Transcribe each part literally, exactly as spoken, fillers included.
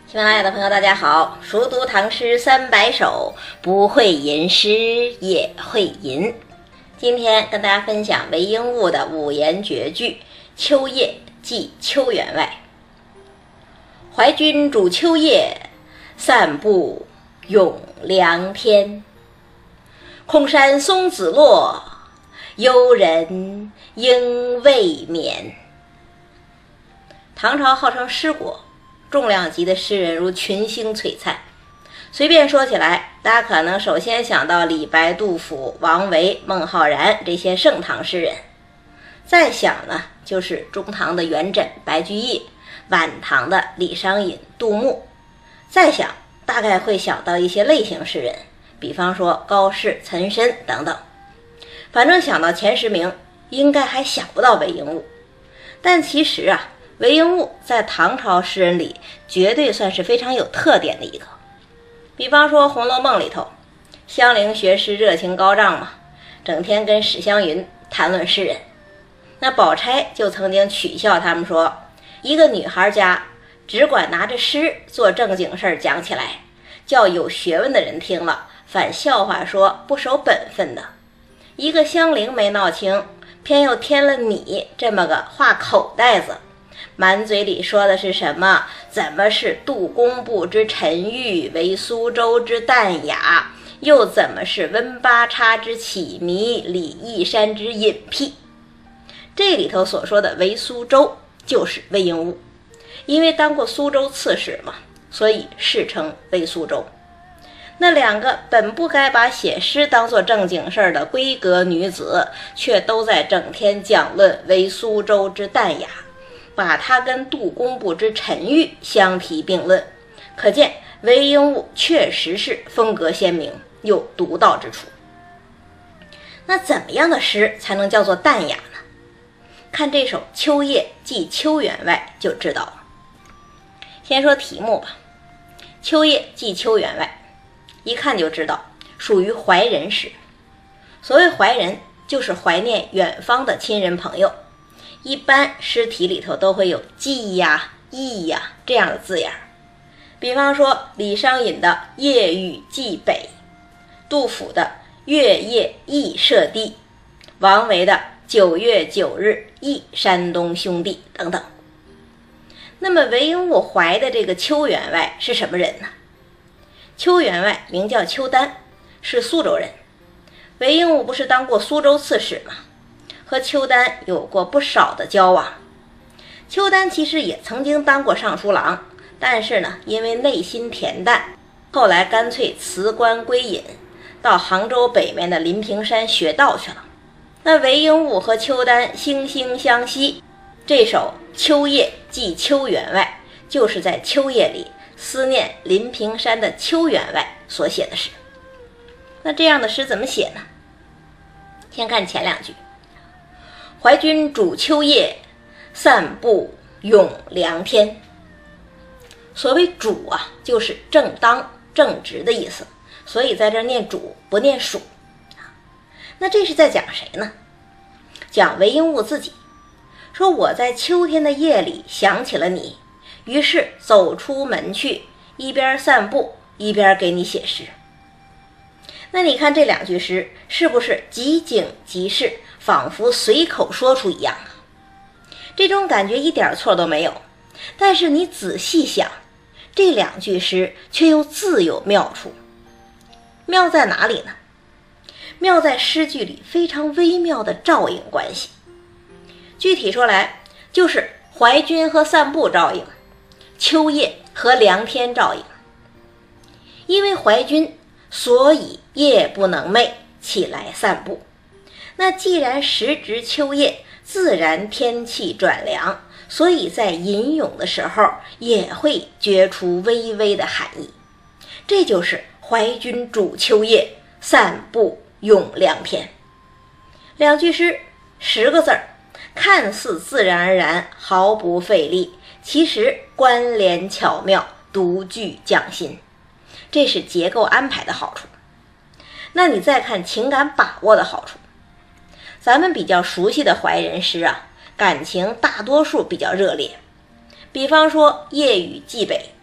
喜马拉雅的朋友大家好，熟读唐诗三百首，不会吟诗也会吟。今天跟大家分享韦应物的五言绝句《秋夜寄秋员外》。怀君主秋夜，散步咏凉天。空山松子落，幽人应未眠。唐朝号称诗国，重量级的诗人如群星璀璨。随便说起来，大家可能首先想到李白、杜甫、王维、孟浩然这些盛唐诗人，再想呢就是中唐的元稹、白居易，晚唐的李商隐、杜牧，再想大概会想到一些类型诗人，比方说高适、岑参等等。反正想到前十名，应该还想不到韦应物。但其实啊，韦应物在唐朝诗人里绝对算是非常有特点的一个。比方说《红楼梦》里头，香菱学诗热情高涨嘛，整天跟史湘云谈论诗人。那宝钗就曾经取笑他们说，一个女孩家只管拿着诗做正经事儿讲起来，叫有学问的人听了反笑话说不守本分的。一个香菱没闹清，偏又添了你这么个话口袋子，满嘴里说的是什么？怎么是杜工部之沉郁，为苏州之淡雅？又怎么是温八叉之启迷，李义山之隐僻？这里头所说的为苏州，就是韦应物，因为当过苏州刺史嘛，所以世称为苏州。那两个本不该把写诗当作正经事儿的闺阁女子，却都在整天讲论为苏州之淡雅，把它跟杜工部之沉郁相提并论，可见韦应物确实是风格鲜明，有独到之处。那怎么样的诗才能叫做淡雅呢？看这首《秋夜寄秋员外》就知道了。先说题目吧，《秋夜寄秋员外》一看就知道属于怀人诗。所谓怀人，就是怀念远方的亲人朋友。一般诗题里头都会有寄呀、忆呀这样的字眼。比方说李商隐的夜雨寄北，杜甫的月夜忆舍弟，王维的九月九日忆山东兄弟等等。那么韦应物怀的这个秋员外是什么人呢？秋员外名叫邱丹，是苏州人。韦应物不是当过苏州刺史吗？和邱丹有过不少的交往。邱丹其实也曾经当过尚书郎，但是呢，因为内心恬淡，后来干脆辞官归隐，到杭州北面的临平山学道去了。那韦应物和邱丹惺惺相惜，这首《秋夜寄秋员外》就是在秋夜里思念临平山的秋员外所写的诗。那这样的诗怎么写呢？先看前两句，怀君主秋夜，散步咏凉天。所谓主啊，就是正当正直的意思，所以在这念主不念属。那这是在讲谁呢？讲韦应物自己，说我在秋天的夜里想起了你，于是走出门去，一边散步一边给你写诗。那你看这两句诗是不是即景即事，仿佛随口说出一样啊？这种感觉一点错都没有。但是你仔细想，这两句诗却又自有妙处。妙在哪里呢？妙在诗句里非常微妙的照应关系。具体说来，就是怀君和散步照应，秋夜和凉天照应。因为怀君，所以夜不能寐，起来散步。那既然时值秋夜，自然天气转凉，所以在吟咏的时候也会觉出微微的寒意。这就是怀君主秋夜，散步咏凉天。两句诗十个字儿，看似自然而然，毫不费力，其实关联巧妙，独具匠心。这是结构安排的好处。那你再看情感把握的好处。咱们比较熟悉的怀人诗啊，感情大多数比较热烈。比方说夜雨寄北，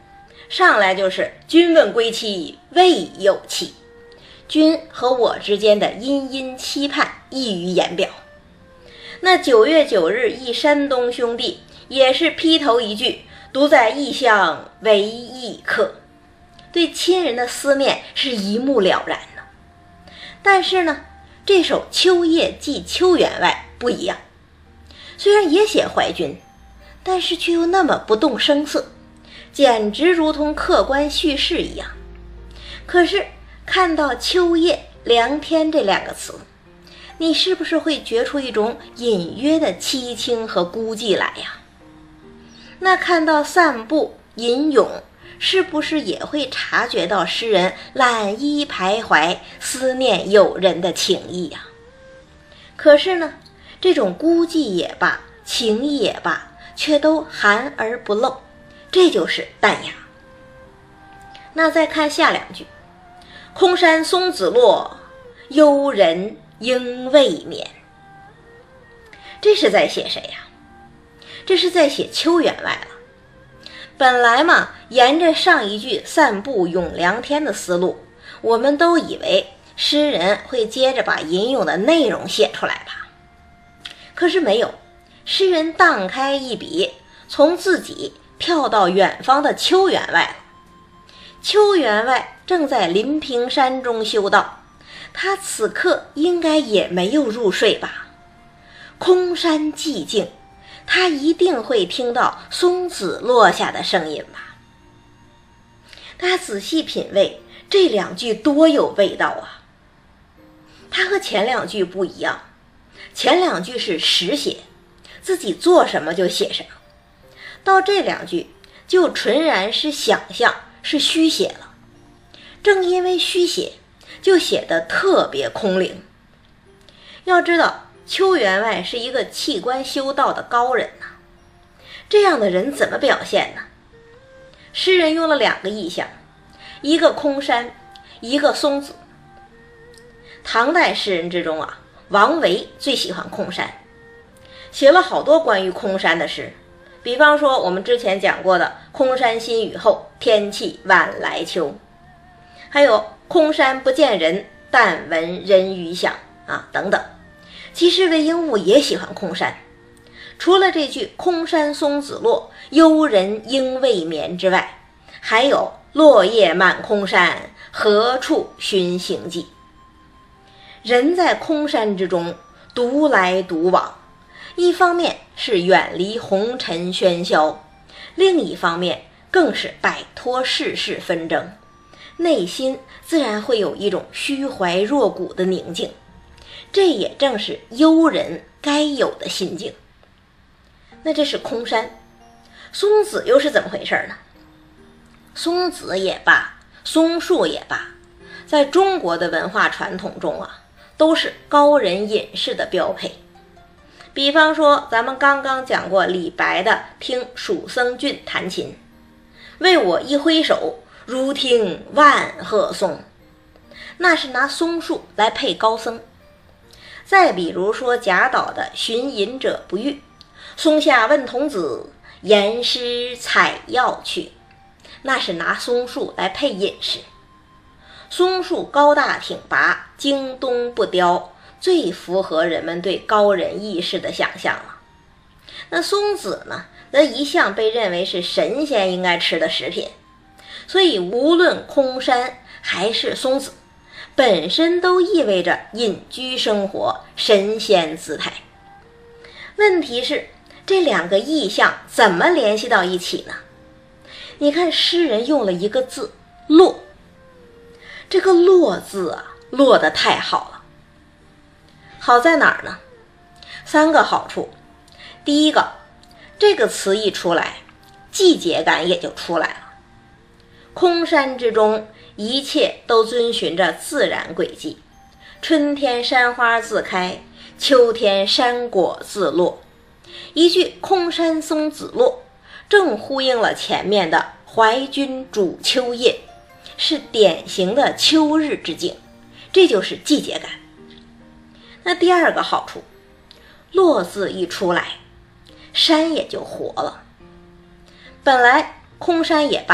上来就是君问归期，未有期。君和我之间的殷殷期盼溢于言表。那九月九日忆山东兄弟，也是劈头一句，独在异乡为异客，对亲人的思念是一目了然的。但是呢，这首《秋夜寄邱员外》不一样，虽然也写怀君，但是却又那么不动声色，简直如同客观叙事一样。可是看到秋夜凉天这两个词，你是不是会觉出一种隐约的凄清和孤寂来呀？那看到散步吟咏，是不是也会察觉到诗人懒衣徘徊思念友人的情意呀？可是呢，这种孤寂也罢，情意也罢，却都含而不露，这就是淡雅。那再看下两句，空山松子落，幽人应未眠。这是在写谁呀？这是在写邱员外了。本来嘛，沿着上一句散步咏凉天的思路，我们都以为诗人会接着把吟咏的内容写出来吧。可是没有，诗人荡开一笔，从自己跳到远方的邱员外了。邱员外正在临平山中修道，他此刻应该也没有入睡吧。空山寂静，他一定会听到松子落下的声音吧。大家仔细品味，这两句多有味道啊！它和前两句不一样，前两句是实写，自己做什么就写什么，到这两句就纯然是想象，是虚写了。正因为虚写，就写得特别空灵。要知道邱员外是一个弃官修道的高人呐、啊，这样的人怎么表现呢？诗人用了两个意象，一个空山，一个松子。唐代诗人之中啊，王维最喜欢空山，写了好多关于空山的诗，比方说我们之前讲过的空山新雨后，天气晚来秋，还有空山不见人，但闻人语响啊等等。其实韦应物也喜欢空山，除了这句空山松子落，幽人应未眠之外，还有落叶满空山，何处寻行迹。人在空山之中独来独往，一方面是远离红尘喧嚣，另一方面更是摆脱世事纷争，内心自然会有一种虚怀若谷的宁静，这也正是幽人该有的心境。那这是空山，松子又是怎么回事呢？松子也罢，松树也罢，在中国的文化传统中啊，都是高人隐士的标配。比方说咱们刚刚讲过李白的听蜀僧俊弹琴，为我一挥手，如听万壑松，那是拿松树来配高僧。再比如说贾岛的寻隐者不遇，松下问童子，言师采药去，那是拿松树来配隐士。松树高大挺拔，京东不雕，最符合人们对高人义士的想象了。那松子呢，则一向被认为是神仙应该吃的食品，所以无论空山还是松子，本身都意味着隐居生活，神仙姿态。问题是这两个意象怎么联系到一起呢？你看诗人用了一个字落，这个落字啊，落得太好了。好在哪儿呢？三个好处。第一个，这个词一出来，季节感也就出来了。空山之中，一切都遵循着自然轨迹，春天山花自开，秋天山果自落。一句空山松子落，正呼应了前面的怀君主秋夜，是典型的秋日之景，这就是季节感。那第二个好处，落字一出来，山也就活了。本来空山也罢，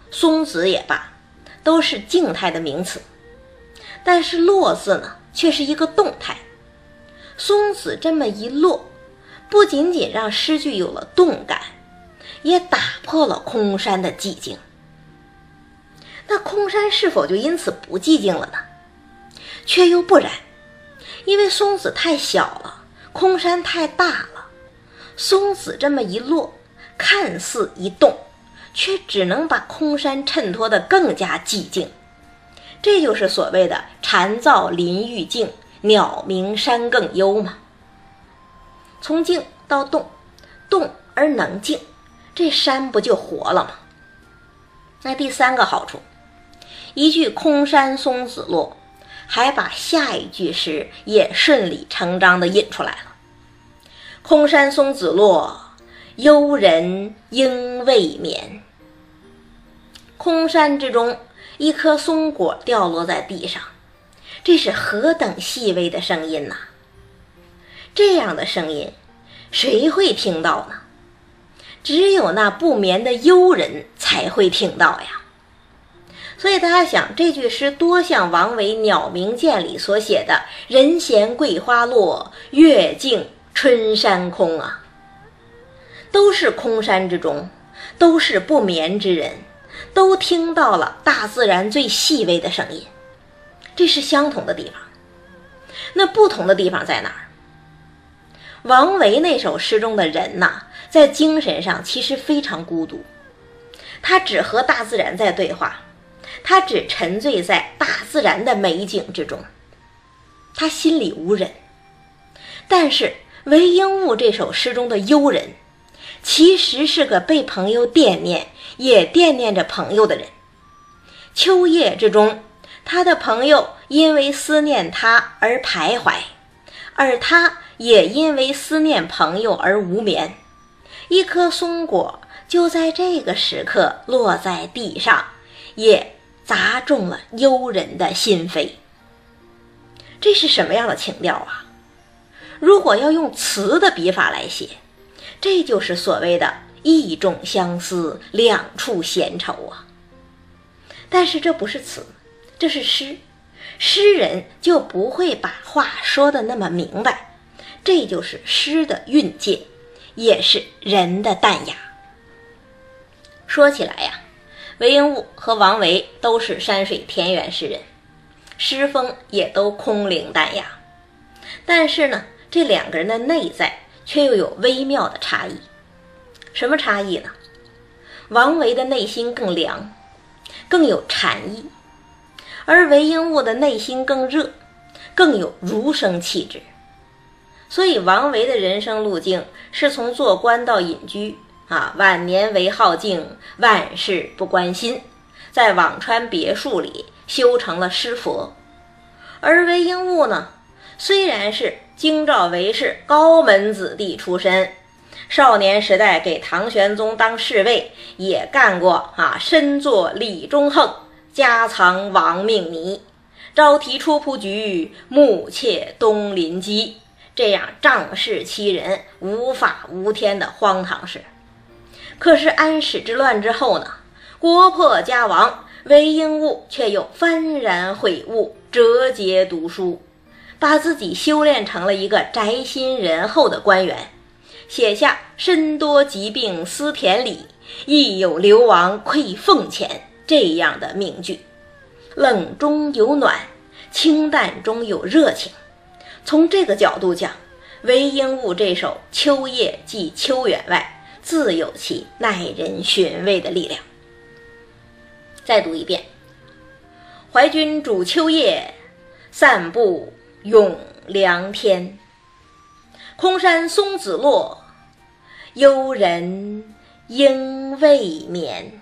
松子也罢，都是静态的名词。但是落字呢，却是一个动态。松子这么一落，不仅仅让诗句有了动感，也打破了空山的寂静。那空山是否就因此不寂静了呢？却又不然，因为松子太小了，空山太大了。松子这么一落，看似一动，却只能把空山衬托得更加寂静。这就是所谓的蝉噪林愈静，鸟鸣山更幽嘛。从静到动，动而能静，这山不就活了吗？那第三个好处，一句空山松子落，还把下一句诗也顺理成章地引出来了。空山松子落，幽人应未眠。空山之中，一颗松果掉落在地上，这是何等细微的声音呐！这样的声音，谁会听到呢？只有那不眠的幽人才会听到呀。所以大家想，这句诗多像王维《鸟鸣涧》里所写的“人闲桂花落，月静春山空”啊，都是空山之中，都是不眠之人，都听到了大自然最细微的声音。这是相同的地方。那不同的地方在哪儿？王维那首诗中的人呐，在精神上其实非常孤独，他只和大自然在对话，他只沉醉在大自然的美景之中，他心里无人。但是韦应物这首诗中的幽人，其实是个被朋友惦念，也惦念着朋友的人。秋夜之中，他的朋友因为思念他而徘徊，而他也因为思念朋友而无眠。一颗松果就在这个时刻落在地上，也砸中了幽人的心扉。这是什么样的情调啊？如果要用词的笔法来写，这就是所谓的一种相思，两处闲愁啊。但是这不是词，这是诗，诗人就不会把话说得那么明白，这就是诗的韵界，也是人的淡雅。说起来呀，韦应物和王维都是山水田园诗人，诗风也都空灵淡雅，但是呢，这两个人的内在却又有微妙的差异。什么差异呢？王维的内心更凉，更有禅意，而韦应物的内心更热，更有儒生气质。所以王维的人生路径是从做官到隐居啊，晚年为好静，万事不关心，在辋川别墅里修成了诗佛。而韦应物呢，虽然是京兆韦氏高门子弟出身，少年时代给唐玄宗当侍卫，也干过啊身作李中横，家藏亡命泥，朝啼出扑局，暮窃东林鸡，这样仗势欺人，无法无天的荒唐事。可是安史之乱之后呢，国破家亡，韦应物却又幡然悔悟，折节读书，把自己修炼成了一个宅心仁厚的官员，写下身多疾病思田里，亦有流亡愧俸钱这样的名句。冷中有暖，清淡中有热情。从这个角度讲，韦应物这首《秋夜寄邱员外》自有其耐人寻味的力量。再读一遍：怀君主秋夜，散步咏凉天。空山松子落，幽人应未眠。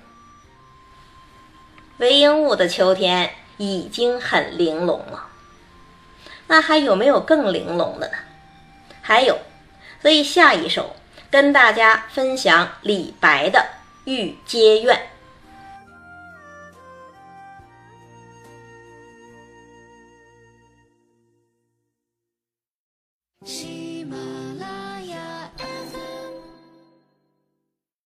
韦应物的秋天已经很玲珑了，那还有没有更玲珑的呢？还有，所以下一首跟大家分享李白的《玉阶怨》。